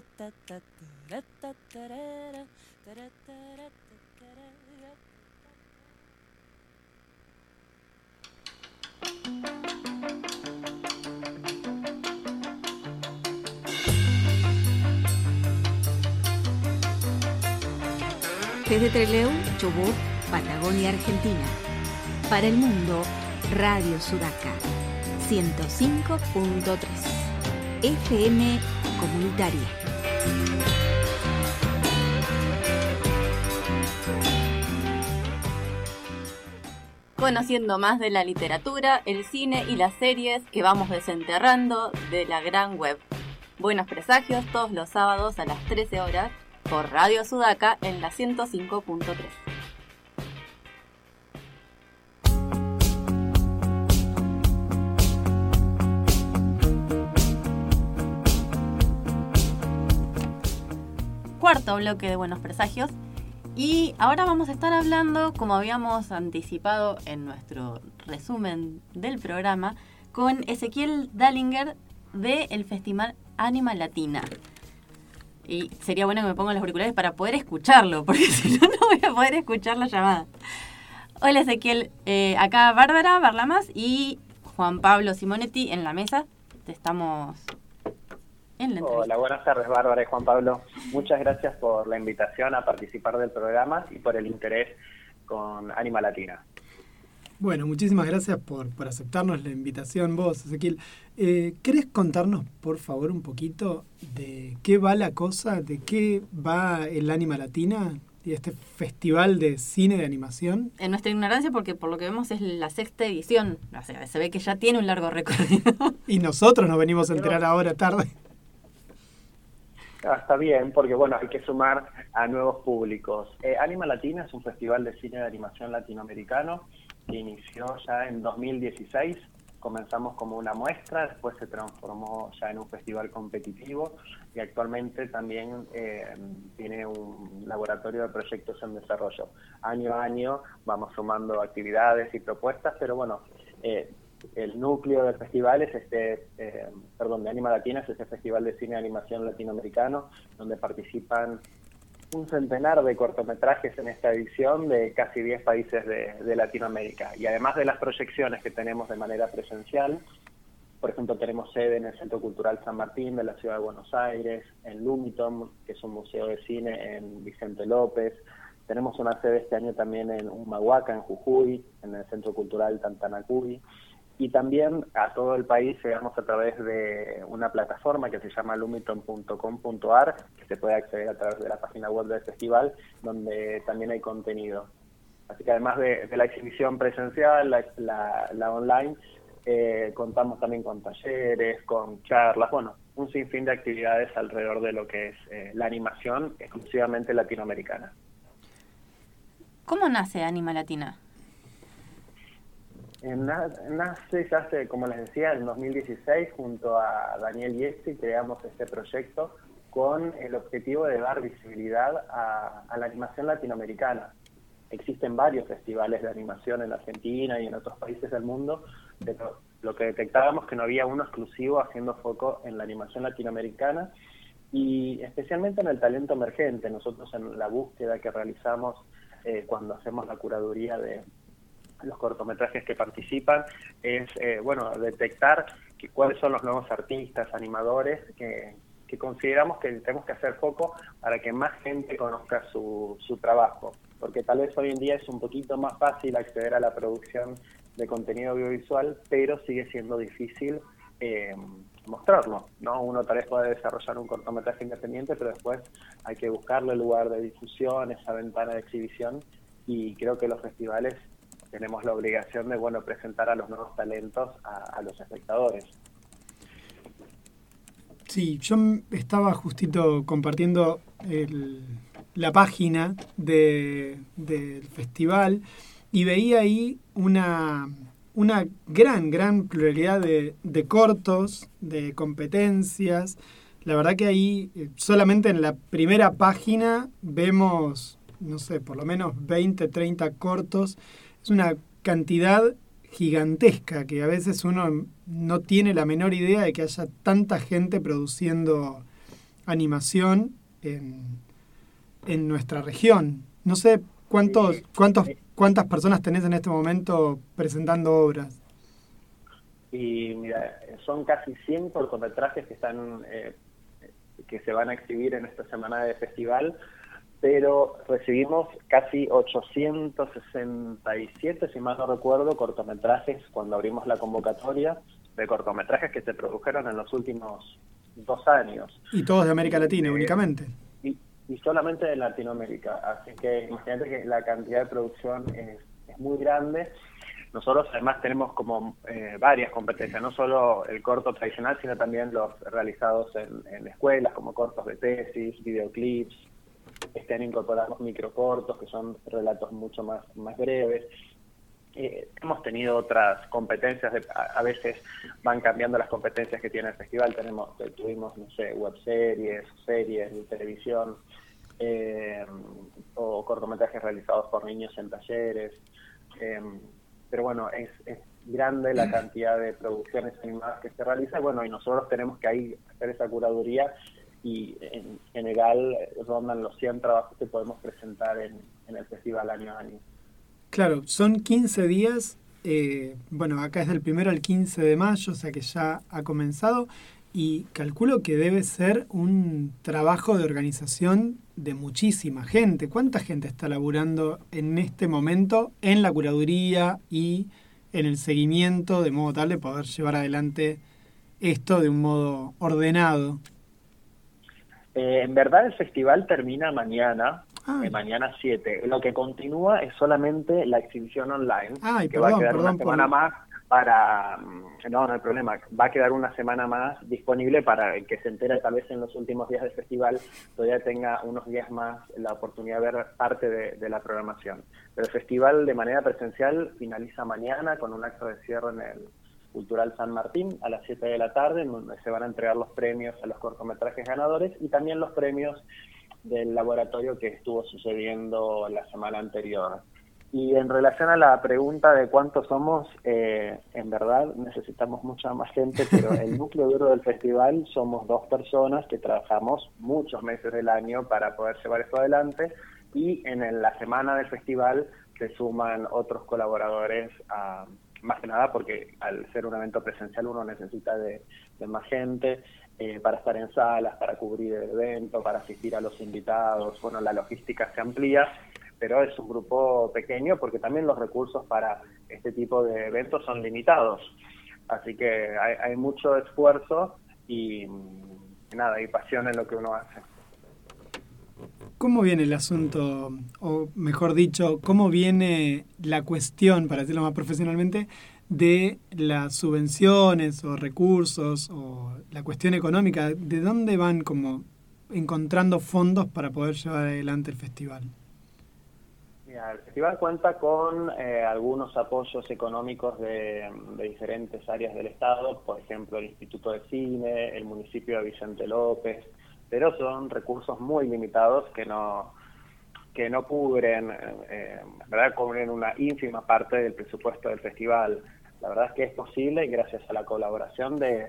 Desde Trelew, Chubut, Patagonia, Argentina. Para el mundo, Radio Sudaca, 105.3, FM comunitaria. Conociendo más de la literatura, el cine y las series que vamos desenterrando de la gran web. Buenos presagios todos los sábados a las 13 horas por Radio Sudaca en la 105.3. Cuarto bloque de Buenos Presagios. Y ahora vamos a estar hablando, como habíamos anticipado en nuestro resumen del programa, con Ezequiel Dallinger del Festival Anima Latina. Y sería bueno que me pongan los auriculares para poder escucharlo, porque si no, no voy a poder escuchar la llamada. Hola Ezequiel, acá Bárbara Barlamas y Juan Pablo Simonetti en la mesa. Te estamos en la entrevista. Hola, buenas tardes Bárbara y Juan Pablo. Muchas gracias por la invitación a participar del programa y por el interés con Anima Latina. Bueno, muchísimas gracias por aceptarnos la invitación vos, Ezequiel. ¿Querés contarnos, por favor, un poquito de qué va la cosa, de qué va el Anima Latina y este festival de cine de animación? En nuestra ignorancia, porque por lo que vemos es la 6ª edición, o sea, se ve que ya tiene un largo recorrido. Y nosotros nos venimos a enterar ahora tarde. Está bien, porque bueno, hay que sumar a nuevos públicos. Anima Latina es un festival de cine de animación latinoamericano que inició ya en 2016. Comenzamos como una muestra, después se transformó ya en un festival competitivo y actualmente también tiene un laboratorio de proyectos en desarrollo. Año a año vamos sumando actividades y propuestas, pero bueno, el núcleo del festival es de Anima Latina, es este festival de cine de animación latinoamericano, donde participan un centenar de cortometrajes en esta edición de casi 10 países de Latinoamérica. Y además de las proyecciones que tenemos de manera presencial, por ejemplo, tenemos sede en el Centro Cultural San Martín de la Ciudad de Buenos Aires, en Lumiton, que es un museo de cine en Vicente López. Tenemos una sede este año también en Humahuaca, en Jujuy, en el Centro Cultural Tantanacuy. Y también a todo el país llegamos a través de una plataforma que se llama lumiton.com.ar, que se puede acceder a través de la página web del festival, donde también hay contenido. Así que además de la exhibición presencial, la online, contamos también con talleres, con charlas, bueno, un sinfín de actividades alrededor de lo que es la animación exclusivamente latinoamericana. ¿Cómo nace Anima Latina? Nace ya hace, como les decía, en 2016, junto a Daniel Yesti, creamos este proyecto con el objetivo de dar visibilidad a la animación latinoamericana. Existen varios festivales de animación en Argentina y en otros países del mundo, pero lo que detectábamos que no había uno exclusivo haciendo foco en la animación latinoamericana y especialmente en el talento emergente. Nosotros en la búsqueda que realizamos cuando hacemos la curaduría de los cortometrajes que participan, es detectar cuáles son los nuevos artistas, animadores que consideramos que tenemos que hacer foco para que más gente conozca su trabajo, porque tal vez hoy en día es un poquito más fácil acceder a la producción de contenido audiovisual, pero sigue siendo difícil mostrarlo, ¿no? Uno tal vez puede desarrollar un cortometraje independiente, pero después hay que buscarle el lugar de difusión, esa ventana de exhibición, y creo que los festivales tenemos la obligación de presentar a los nuevos talentos a los espectadores. Sí, yo estaba justito compartiendo la página del festival y veía ahí una gran pluralidad de cortos, de competencias. La verdad que ahí solamente en la primera página vemos, no sé, por lo menos 20, 30 cortos. Es una cantidad gigantesca que a veces uno no tiene la menor idea de que haya tanta gente produciendo animación en nuestra región. No sé cuántas personas tenés en este momento presentando obras. Y mira, son casi 100 cortometrajes que están que se van a exhibir en esta semana de festival, pero recibimos casi 867, si mal no recuerdo, cortometrajes cuando abrimos la convocatoria, de cortometrajes que se produjeron en los últimos 2 años. Y todos de América Latina únicamente. Y solamente de Latinoamérica, así que imagínate que la cantidad de producción es muy grande. Nosotros además tenemos como varias competencias, no solo el corto tradicional, sino también los realizados en escuelas, como cortos de tesis, videoclips. Este año incorporamos microcortos, que son relatos mucho más breves. Hemos tenido otras competencias, a veces van cambiando las competencias que tiene el festival. Tuvimos, no sé, webseries, series de televisión, o cortometrajes realizados por niños en talleres. Pero bueno, es grande la cantidad de producciones animadas que se realiza, y nosotros tenemos que ahí hacer esa curaduría, y en general rondan los 100 trabajos que podemos presentar en el festival año a año. Claro, son 15 días, acá es del 1 al 15 de mayo, o sea que ya ha comenzado, y calculo que debe ser un trabajo de organización de muchísima gente. ¿Cuánta gente está laburando en este momento en la curaduría y en el seguimiento, de modo tal de poder llevar adelante esto de un modo ordenado? En verdad el festival termina mañana, mañana 7. Lo que continúa es solamente la exhibición online, que va a quedar una semana más para... No hay problema. Va a quedar una semana más disponible para el que se entere tal vez en los últimos días del festival, todavía tenga unos días más la oportunidad de ver parte de la programación. Pero el festival de manera presencial finaliza mañana con un acto de cierre en el Cultural San Martín a las 7 de la tarde, en donde se van a entregar los premios a los cortometrajes ganadores y también los premios del laboratorio que estuvo sucediendo la semana anterior. Y en relación a la pregunta de cuántos somos, en verdad necesitamos mucha más gente, pero el núcleo duro del festival somos 2 personas que trabajamos muchos meses del año para poder llevar esto adelante, y en la semana del festival se suman otros colaboradores, más que nada porque al ser un evento presencial uno necesita de más gente para estar en salas, para cubrir el evento, para asistir a los invitados. Bueno, la logística se amplía, pero es un grupo pequeño porque también los recursos para este tipo de eventos son limitados. Así que hay mucho esfuerzo y pasión en lo que uno hace. ¿Cómo viene el asunto, o mejor dicho, cómo viene la cuestión, para decirlo más profesionalmente, de las subvenciones o recursos o la cuestión económica? ¿De dónde van como encontrando fondos para poder llevar adelante el festival? Mira, el festival cuenta con algunos apoyos económicos de diferentes áreas del Estado, por ejemplo el Instituto de Cine, el municipio de Vicente López, pero son recursos muy limitados que no cubren, ¿verdad? Cubren una ínfima parte del presupuesto del festival. La verdad es que es posible gracias a la colaboración de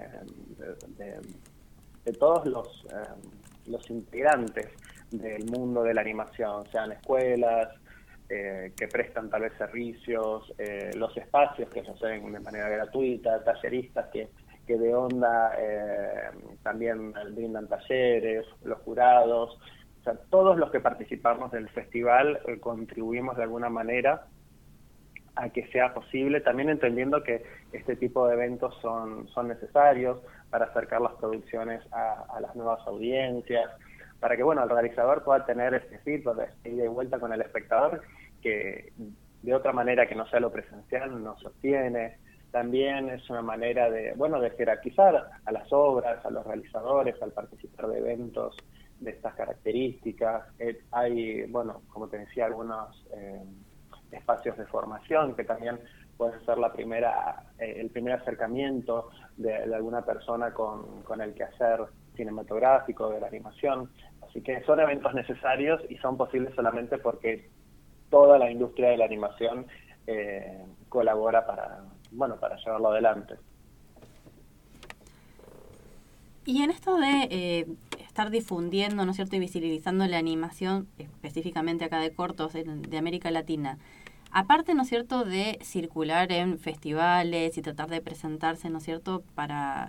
todos los integrantes del mundo de la animación, sean escuelas que prestan tal vez servicios, los espacios que se hacen de manera gratuita, talleristas que de onda también brindan talleres, los jurados, o sea, todos los que participamos del festival contribuimos de alguna manera a que sea posible, también entendiendo que este tipo de eventos son necesarios para acercar las producciones a las nuevas audiencias, para que el realizador pueda tener este feedback de ida y vuelta con el espectador, que de otra manera que no sea lo presencial no se obtiene. También es una manera de jerarquizar a las obras, a los realizadores, al participar de eventos de estas características. Hay, como te decía, algunos espacios de formación que también pueden ser el primer acercamiento de alguna persona con el quehacer cinematográfico, de la animación. Así que son eventos necesarios y son posibles solamente porque toda la industria de la animación colabora para llevarlo adelante. Y en esto de estar difundiendo, ¿no es cierto?, y visibilizando la animación, específicamente acá de cortos de América Latina. Aparte, ¿no es cierto?, de circular en festivales y tratar de presentarse, ¿no es cierto?, para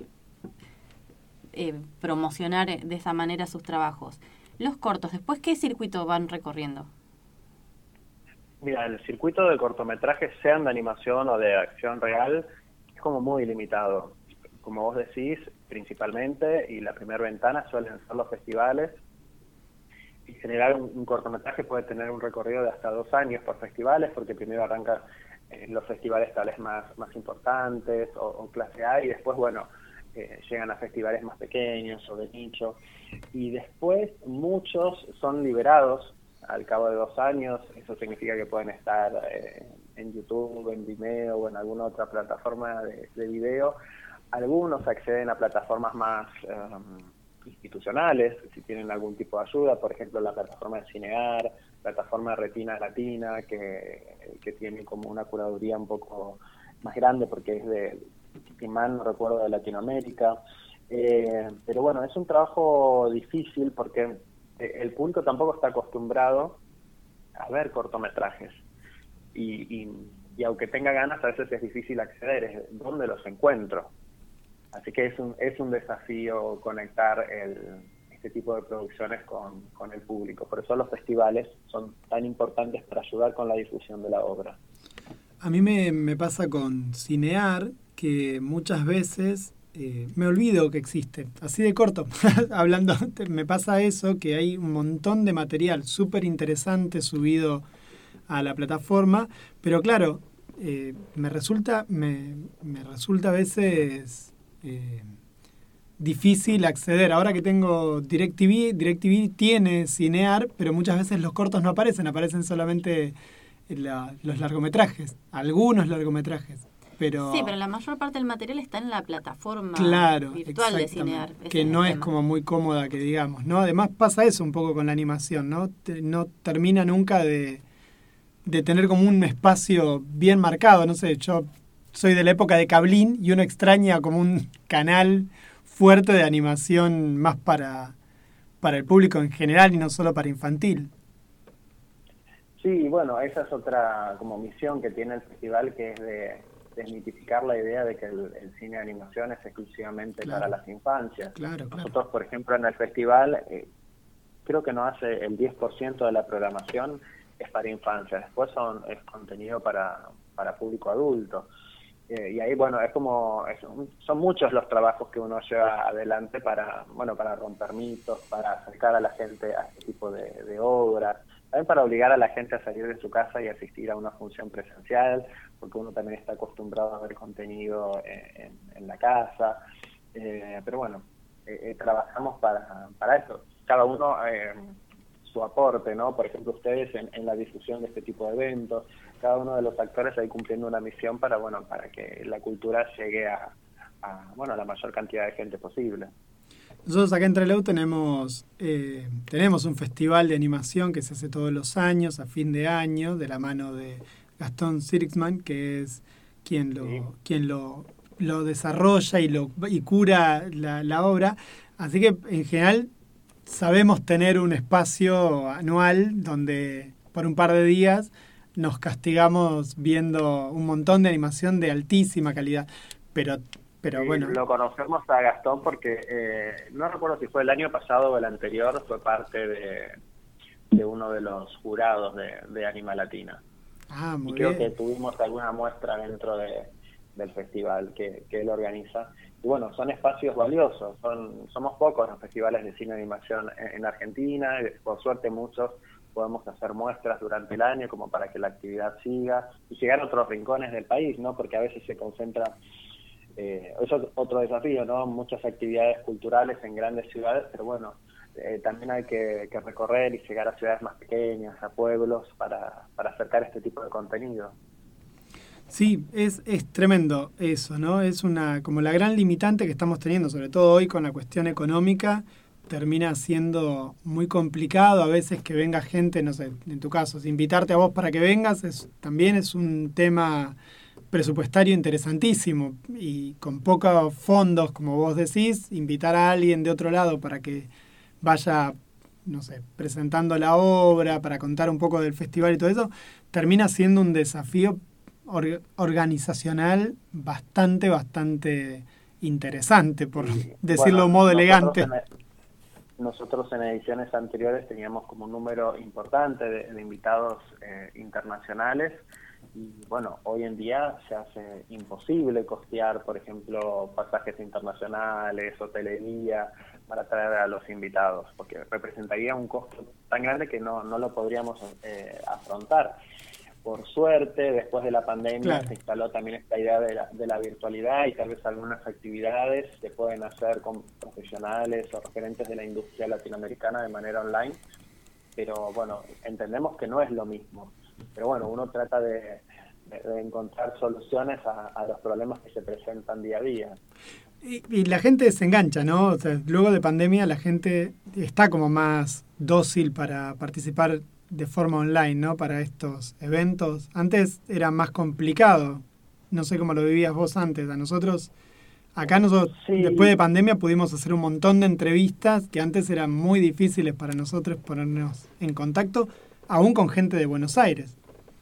promocionar de esa manera sus trabajos. Los cortos, ¿después qué circuito van recorriendo? Mira, el circuito de cortometrajes, sean de animación o de acción real, es como muy limitado. Como vos decís, principalmente, y la primera ventana suelen ser los festivales. En general, un cortometraje puede tener un recorrido de hasta 2 años por festivales, porque primero arranca los festivales tal vez más importantes o clase A, y después, bueno, llegan a festivales más pequeños o de nicho. Y después muchos son liberados al cabo de 2 años. Eso significa que pueden estar en YouTube, en Vimeo o en alguna otra plataforma de video. Algunos acceden a plataformas más institucionales, si tienen algún tipo de ayuda, por ejemplo la plataforma de Cinear, plataforma de Retina Latina, que tiene como una curaduría un poco más grande porque es de, si mal no recuerdo, de Latinoamérica. Pero bueno, es un trabajo difícil porque el público tampoco está acostumbrado a ver cortometrajes. Y aunque tenga ganas, a veces es difícil acceder, es dónde los encuentro. Así que es un desafío conectar este tipo de producciones con el público. Por eso los festivales son tan importantes para ayudar con la difusión de la obra. A mí me pasa con Cinear que muchas veces me olvido que existe. Así de corto, hablando, me pasa eso, que hay un montón de material súper interesante subido a la plataforma, pero claro, me resulta a veces difícil acceder. Ahora que tengo DirecTV tiene Cinear, pero muchas veces los cortos no aparecen solamente los largometrajes, algunos largometrajes. Pero, sí, pero la mayor parte del material está en la plataforma virtual de Cinear. Que no es como muy cómoda, que digamos, ¿no? Además pasa eso un poco con la animación, ¿no? No termina nunca de tener como un espacio bien marcado. No sé, yo soy de la época de Cablín y uno extraña como un canal fuerte de animación más para el público en general y no solo para infantil. Sí, bueno, esa es otra como misión que tiene el festival, que es de desmitificar la idea de que el cine de animación es exclusivamente para las infancias. Claro. Nosotros, por ejemplo, en el festival, creo que no hace el 10% de la programación es para infancias. Después es contenido para público adulto. Y ahí, bueno, son muchos los trabajos que uno lleva adelante para romper mitos, para acercar a la gente a este tipo de obras, también para obligar a la gente a salir de su casa y asistir a una función presencial, porque uno también está acostumbrado a ver contenido en la casa. Pero bueno, trabajamos para eso. Cada uno su aporte, ¿no? Por ejemplo, ustedes en la difusión de este tipo de eventos, cada uno de los actores ahí cumpliendo una misión para que la cultura llegue a la mayor cantidad de gente posible. Nosotros acá en Trelew tenemos un festival de animación que se hace todos los años, a fin de año, de la mano de Gastón Sirixman, que es quien lo desarrolla y cura la obra. Así que, en general, sabemos tener un espacio anual donde por un par de días nos castigamos viendo un montón de animación de altísima calidad. Pero bueno. Lo conocemos a Gastón porque no recuerdo si fue el año pasado o el anterior, fue parte de uno de los jurados de Anima Latina. Muy creo bien. que tuvimos alguna muestra dentro del festival que él organiza. Y bueno, son espacios valiosos. Somos pocos los festivales de cine y animación en Argentina, y por suerte muchos podemos hacer muestras durante el año como para que la actividad siga y llegar a otros rincones del país, ¿no? Porque a veces se concentra, eso es otro desafío, ¿no? Muchas actividades culturales en grandes ciudades, pero bueno, también hay que recorrer y llegar a ciudades más pequeñas, a pueblos, para acercar este tipo de contenido. Sí, es tremendo eso, ¿no? Es como la gran limitante que estamos teniendo, sobre todo hoy con la cuestión económica, termina siendo muy complicado a veces que venga gente, no sé, en tu caso, invitarte a vos para que vengas también es un tema presupuestario interesantísimo y con pocos fondos, como vos decís, invitar a alguien de otro lado para que vaya, no sé, presentando la obra, para contar un poco del festival y todo eso, termina siendo un desafío organizacional bastante interesante, por decirlo de un modo elegante. Nosotros en ediciones anteriores teníamos como un número importante de invitados internacionales y bueno, hoy en día se hace imposible costear, por ejemplo, pasajes internacionales, hotelería, para traer a los invitados, porque representaría un costo tan grande que no lo podríamos afrontar. Por suerte, después de la pandemia se instaló también esta idea de la virtualidad y tal vez algunas actividades se pueden hacer con profesionales o referentes de la industria latinoamericana de manera online, pero bueno, entendemos que no es lo mismo. Pero bueno, uno trata de encontrar soluciones a los problemas que se presentan día a día. Y la gente se engancha, ¿no? O sea, luego de pandemia la gente está como más dócil para participar de forma online, ¿no? Para estos eventos. Antes era más complicado. No sé cómo lo vivías vos antes. Nosotros, sí, después de pandemia, pudimos hacer un montón de entrevistas que antes eran muy difíciles para nosotros ponernos en contacto, aún con gente de Buenos Aires.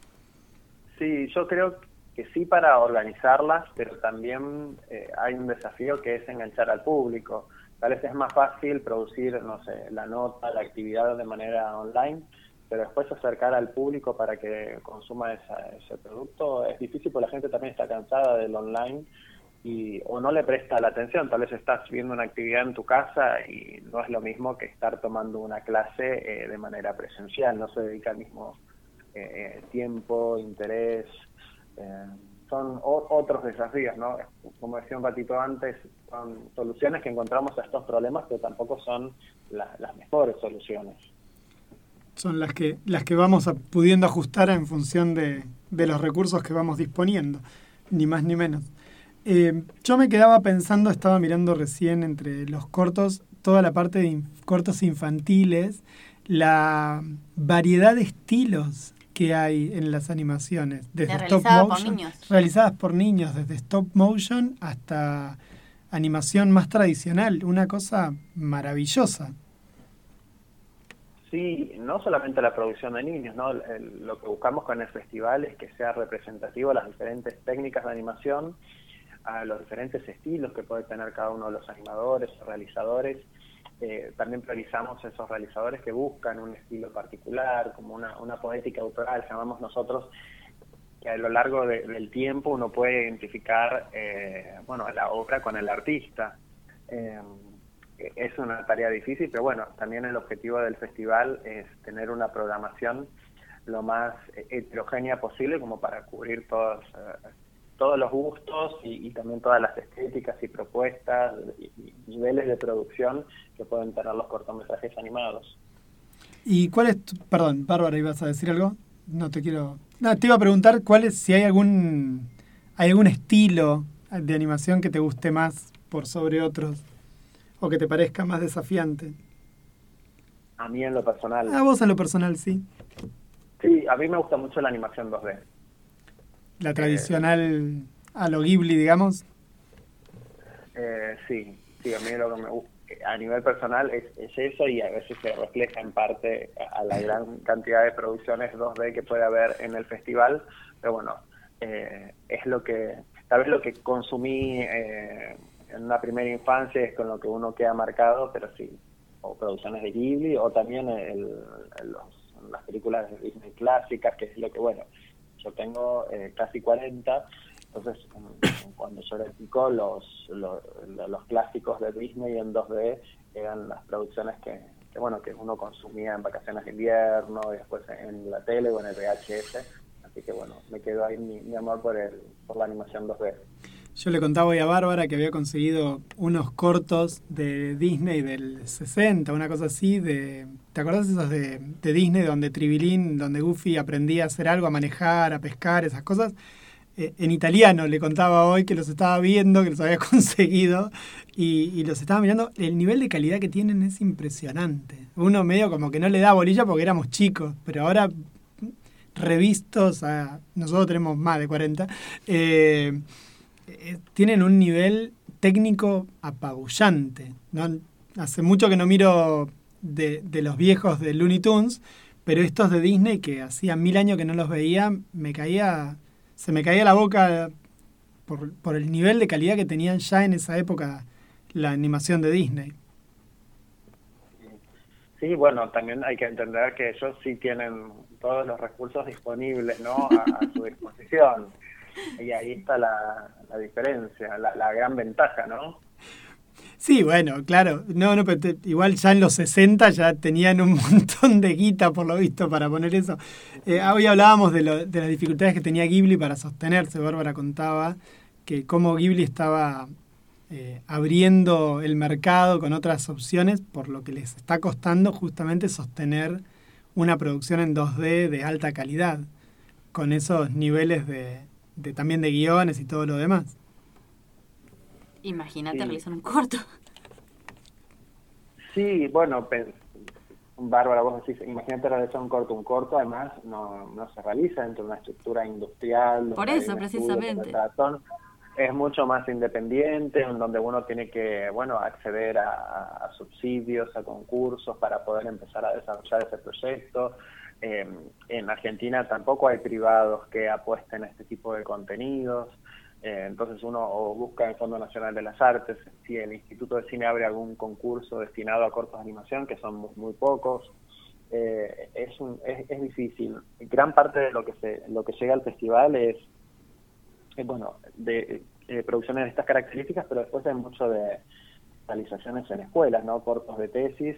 Sí, yo creo que sí para organizarlas, pero también hay un desafío que es enganchar al público. Tal vez es más fácil producir, no sé, la nota, la actividad de manera online, pero después acercar al público para que consuma ese producto es difícil porque la gente también está cansada del online o no le presta la atención. Tal vez estás viendo una actividad en tu casa y no es lo mismo que estar tomando una clase de manera presencial, no se dedica al mismo tiempo, interés, son otros desafíos, ¿no? Como decía un ratito antes, son soluciones que encontramos a estos problemas, pero tampoco son las mejores soluciones. Son las que vamos pudiendo ajustar en función de los recursos que vamos disponiendo, ni más ni menos. Yo me quedaba pensando, estaba mirando recién entre los cortos, toda la parte de cortos infantiles, la variedad de estilos que hay en las animaciones, desde stop motion, realizadas por niños, desde stop motion hasta animación más tradicional, una cosa maravillosa. Sí, no solamente la producción de niños, ¿no? Lo que buscamos con el festival es que sea representativo a las diferentes técnicas de animación, a los diferentes estilos que puede tener cada uno de los animadores o realizadores. También priorizamos esos realizadores que buscan un estilo particular, como una poética autoral, llamamos nosotros, que a lo largo del tiempo uno puede identificar la obra con el artista. Es una tarea difícil, pero bueno, también el objetivo del festival es tener una programación lo más heterogénea posible como para cubrir todos los gustos y también todas las estéticas y propuestas y niveles de producción que pueden tener los cortometrajes animados. ¿Y cuál es perdón, Bárbara, ibas a decir algo? Te iba a preguntar si hay algún estilo de animación que te guste más por sobre otros o que te parezca más desafiante. A mí en lo personal. A vos en lo personal, sí. Sí, a mí me gusta mucho la animación 2D. La tradicional a lo Ghibli, digamos. Sí, a mí lo que me gusta a nivel personal es eso, y a veces se refleja en parte a la gran cantidad de producciones 2D que puede haber en el festival, pero bueno, es tal vez lo que consumí en una primera infancia, es con lo que uno queda marcado, pero sí, o producciones de Ghibli, o también las películas de Disney clásicas, que es lo que, bueno, yo tengo casi 40, entonces cuando yo era chico, los clásicos de Disney en 2D eran las producciones que uno consumía en vacaciones de invierno, y después en la tele o en el VHS, así que bueno, me quedó ahí mi amor por la animación 2D. Yo le contaba hoy a Bárbara que había conseguido unos cortos de Disney del 60, una cosa así, ¿te acordás esos de Disney donde Tribilín, donde Goofy aprendía a hacer algo, a manejar, a pescar, esas cosas? En italiano le contaba hoy que los estaba viendo, que los había conseguido y los estaba mirando. El nivel de calidad que tienen es impresionante. Uno medio como que no le da bolilla porque éramos chicos, pero ahora revistos, nosotros tenemos más de 40, tienen un nivel técnico apabullante, ¿no? Hace mucho que no miro de los viejos de Looney Tunes, pero estos de Disney, que hacía 1000 años que no los veía, se me caía la boca por el nivel de calidad que tenían ya en esa época la animación de Disney. Sí, bueno, también hay que entender que ellos sí tienen todos los recursos disponibles, ¿no? a su disposición. Y ahí está la diferencia, la gran ventaja, ¿no? Sí, bueno, claro. No, pero igual ya en los 60 ya tenían un montón de guita, por lo visto, para poner eso. Hoy hablábamos de las dificultades que tenía Ghibli para sostenerse. Bárbara contaba que cómo Ghibli estaba abriendo el mercado con otras opciones, por lo que les está costando justamente sostener una producción en 2D de alta calidad, con esos niveles también de guiones y todo lo demás. Imagínate Sí. realizar un corto. Sí, bueno, Bárbara, vos decís, imagínate realizar un corto además no se realiza dentro de una estructura industrial. Por donde hay eso, un estudio, precisamente. contratación. Es mucho más independiente, en donde uno tiene que, bueno, acceder a subsidios, a concursos para poder empezar a desarrollar ese proyecto. En Argentina tampoco hay privados que apuesten a este tipo de contenidos. Entonces uno o busca el Fondo Nacional de las Artes, si el Instituto de Cine abre algún concurso destinado a cortos de animación, que son muy pocos. Es difícil. Gran parte de lo que llega al festival es de producciones de estas características, pero después hay mucho de realizaciones en escuelas, ¿no? Cortos de tesis,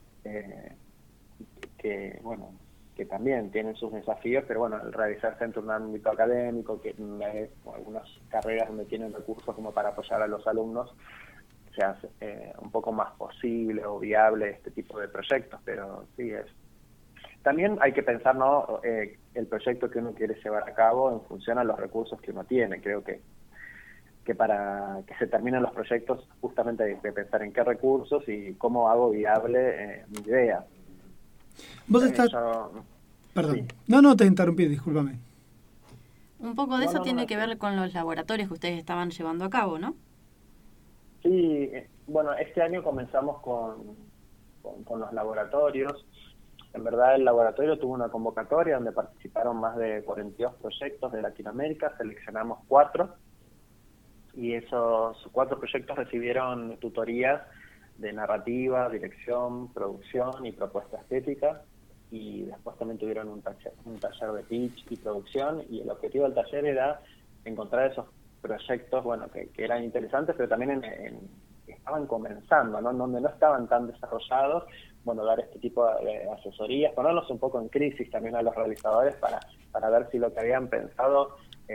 que también tienen sus desafíos, pero bueno, el realizarse en un ámbito académico, que hay algunas carreras donde tienen recursos como para apoyar a los alumnos, se hace un poco más posible o viable este tipo de proyectos, pero sí es. También hay que pensar, ¿no? El proyecto que uno quiere llevar a cabo en función a los recursos que uno tiene. Creo que para que se terminen los proyectos justamente hay que pensar en qué recursos y cómo hago viable mi idea. Vos estás... Perdón. Sí. No, te interrumpí, discúlpame. Un poco de eso tiene que ver con los laboratorios que ustedes estaban llevando a cabo, ¿no? Sí, bueno, este año comenzamos con los laboratorios. En verdad el laboratorio tuvo una convocatoria donde participaron más de 42 proyectos de Latinoamérica, seleccionamos 4 y esos 4 proyectos recibieron tutorías de narrativa, dirección, producción y propuesta estética, y después también tuvieron un taller de pitch y producción, y el objetivo del taller era encontrar esos proyectos, bueno, que eran interesantes, pero también estaban comenzando, ¿no? Donde no estaban tan desarrollados, bueno, dar este tipo de asesorías, ponerlos un poco en crisis también a los realizadores para ver si lo que habían pensado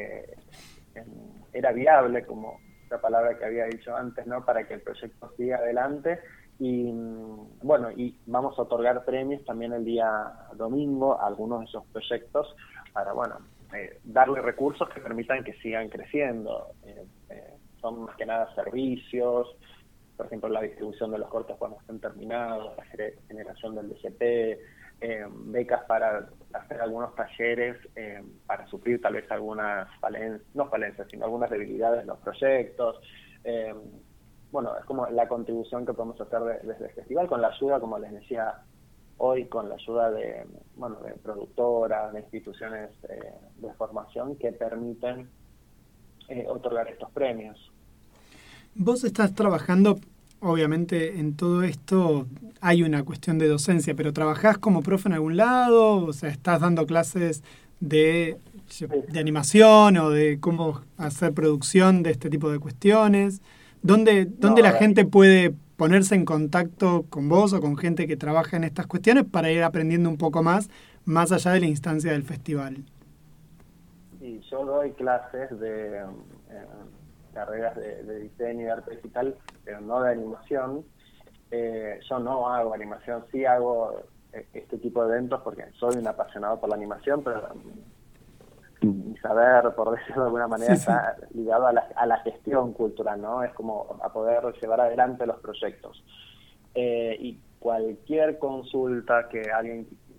era viable, como la palabra que había dicho antes, ¿no? Para que el proyecto siga adelante. Y bueno, y vamos a otorgar premios también el día domingo a algunos de esos proyectos para, bueno, darle recursos que permitan que sigan creciendo. Son más que nada servicios, por ejemplo, la distribución de los cortos cuando estén terminados, la generación del DCP, becas para hacer algunos talleres para suplir tal vez algunas falencias, sino algunas debilidades de los proyectos. Bueno, es como la contribución que podemos hacer desde el festival, con la ayuda, como les decía hoy, con la ayuda de productoras, de instituciones de formación que permiten otorgar estos premios. Vos estás trabajando, obviamente en todo esto hay una cuestión de docencia, pero ¿trabajás como profe en algún lado? O sea, ¿estás dando clases de animación o de cómo hacer producción de este tipo de cuestiones? ¿Dónde la gente puede ponerse en contacto con vos o con gente que trabaja en estas cuestiones para ir aprendiendo un poco más allá de la instancia del festival? Sí, yo doy clases de carreras de diseño y arte digital, pero no de animación. Yo no hago animación, sí hago este tipo de eventos porque soy un apasionado por la animación, pero mi saber, por decirlo de alguna manera, está ligado a la gestión cultural, ¿no? Es como a poder llevar adelante los proyectos. Y cualquier consulta que alguien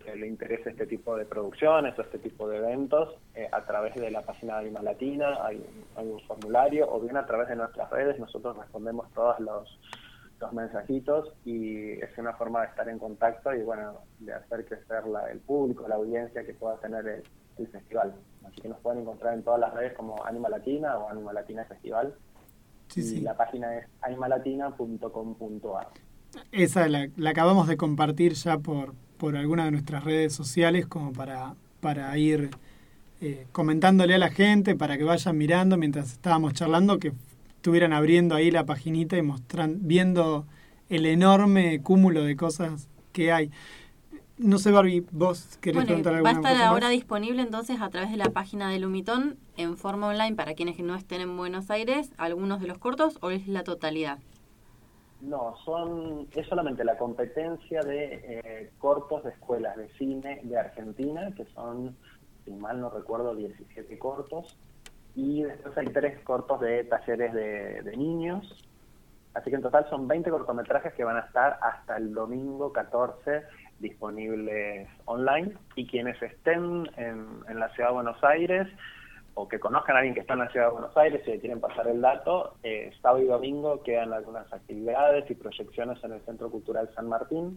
que le interese este tipo de producciones o este tipo de eventos, a través de la página de Anima Latina hay un formulario, o bien a través de nuestras redes. Nosotros respondemos todos los mensajitos, y es una forma de estar en contacto y bueno, de hacer crecer el público, la audiencia que pueda tener el festival. Así que nos pueden encontrar en todas las redes como Anima Latina o Anima Latina Festival. Sí. La página es animalatina.com.ar. Esa la acabamos de compartir ya por alguna de nuestras redes sociales, como para ir comentándole a la gente, para que vayan mirando mientras estábamos charlando, que estuvieran abriendo ahí la paginita y viendo el enorme cúmulo de cosas que hay. No sé, Barbie, ¿vos querés preguntar alguna cosa? Va a estar ahora más disponible entonces a través de la página de Lumitón en forma online para quienes no estén en Buenos Aires, algunos de los cortos, o es la totalidad. No, es solamente la competencia de cortos de escuelas de cine de Argentina, que son, si mal no recuerdo, 17 cortos, y después hay 3 cortos de talleres de niños. Así que en total son 20 cortometrajes que van a estar hasta el domingo 14 disponibles online, y quienes estén en la Ciudad de Buenos Aires o que conozcan a alguien que está en la Ciudad de Buenos Aires y le quieren pasar el dato, sábado y domingo quedan algunas actividades y proyecciones en el Centro Cultural San Martín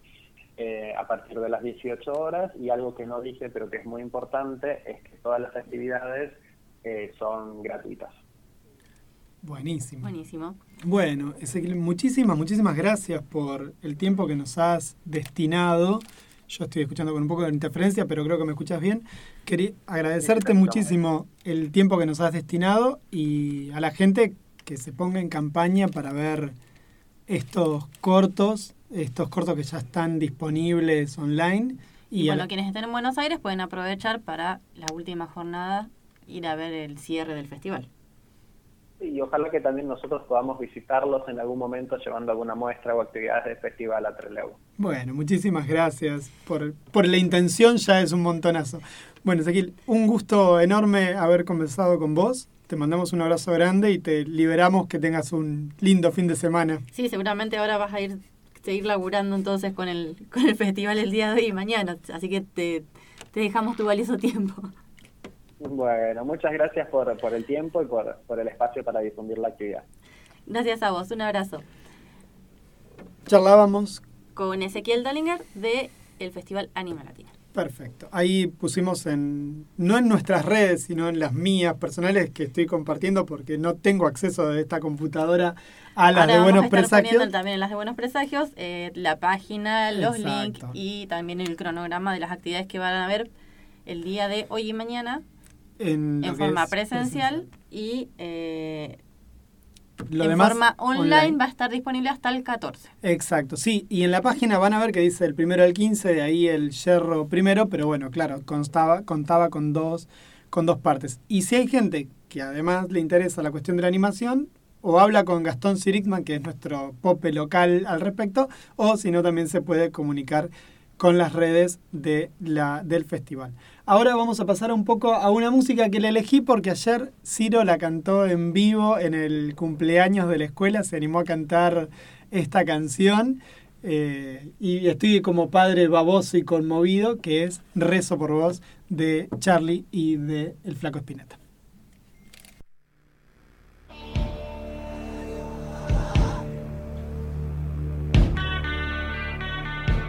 a partir de las 18 horas, y algo que no dije pero que es muy importante es que todas las actividades son gratuitas. Buenísimo. Buenísimo. Bueno, Ezequiel, muchísimas gracias por el tiempo que nos has destinado. Yo estoy escuchando con un poco de interferencia, pero creo que me escuchas bien. Quería agradecerte muchísimo el tiempo que nos has destinado, y a la gente que se ponga en campaña para ver estos cortos que ya están disponibles online. Y bueno, quienes estén en Buenos Aires pueden aprovechar para la última jornada ir a ver el cierre del festival. Y ojalá que también nosotros podamos visitarlos en algún momento llevando alguna muestra o actividades del festival a Trelew. Bueno, muchísimas gracias por la intención, ya es un montonazo. Bueno, Ezequiel, un gusto enorme haber conversado con vos. Te mandamos un abrazo grande y te liberamos, que tengas un lindo fin de semana. Sí, seguramente ahora vas a seguir laburando entonces con el festival el día de hoy y mañana, así que te dejamos tu valioso tiempo. Bueno, muchas gracias por el tiempo y por el espacio para difundir la actividad. Gracias a vos, un abrazo. Charlábamos con Ezequiel Dallinger del Festival Anima Latina. Perfecto. Ahí pusimos no en nuestras redes, sino en las mías personales, que estoy compartiendo porque no tengo acceso de esta computadora a las de Buenos Presagios. También en las de Buenos Presagios, la página, los links y también el cronograma de las actividades que van a haber el día de hoy y mañana en forma presencial y en forma online va a estar disponible hasta el 14. Exacto, sí. Y en la página van a ver que dice el 1 al 15, de ahí el yerro primero, pero bueno, claro, contaba con dos partes. Y si hay gente que además le interesa la cuestión de la animación, o habla con Gastón Sirikman, que es nuestro pope local al respecto, o si no también se puede comunicar con las redes del festival. Ahora vamos a pasar un poco a una música que le elegí porque ayer Ciro la cantó en vivo en el cumpleaños de la escuela, se animó a cantar esta canción y estoy como padre baboso y conmovido, que es Rezo por vos, de Charlie y de El Flaco Spinetta.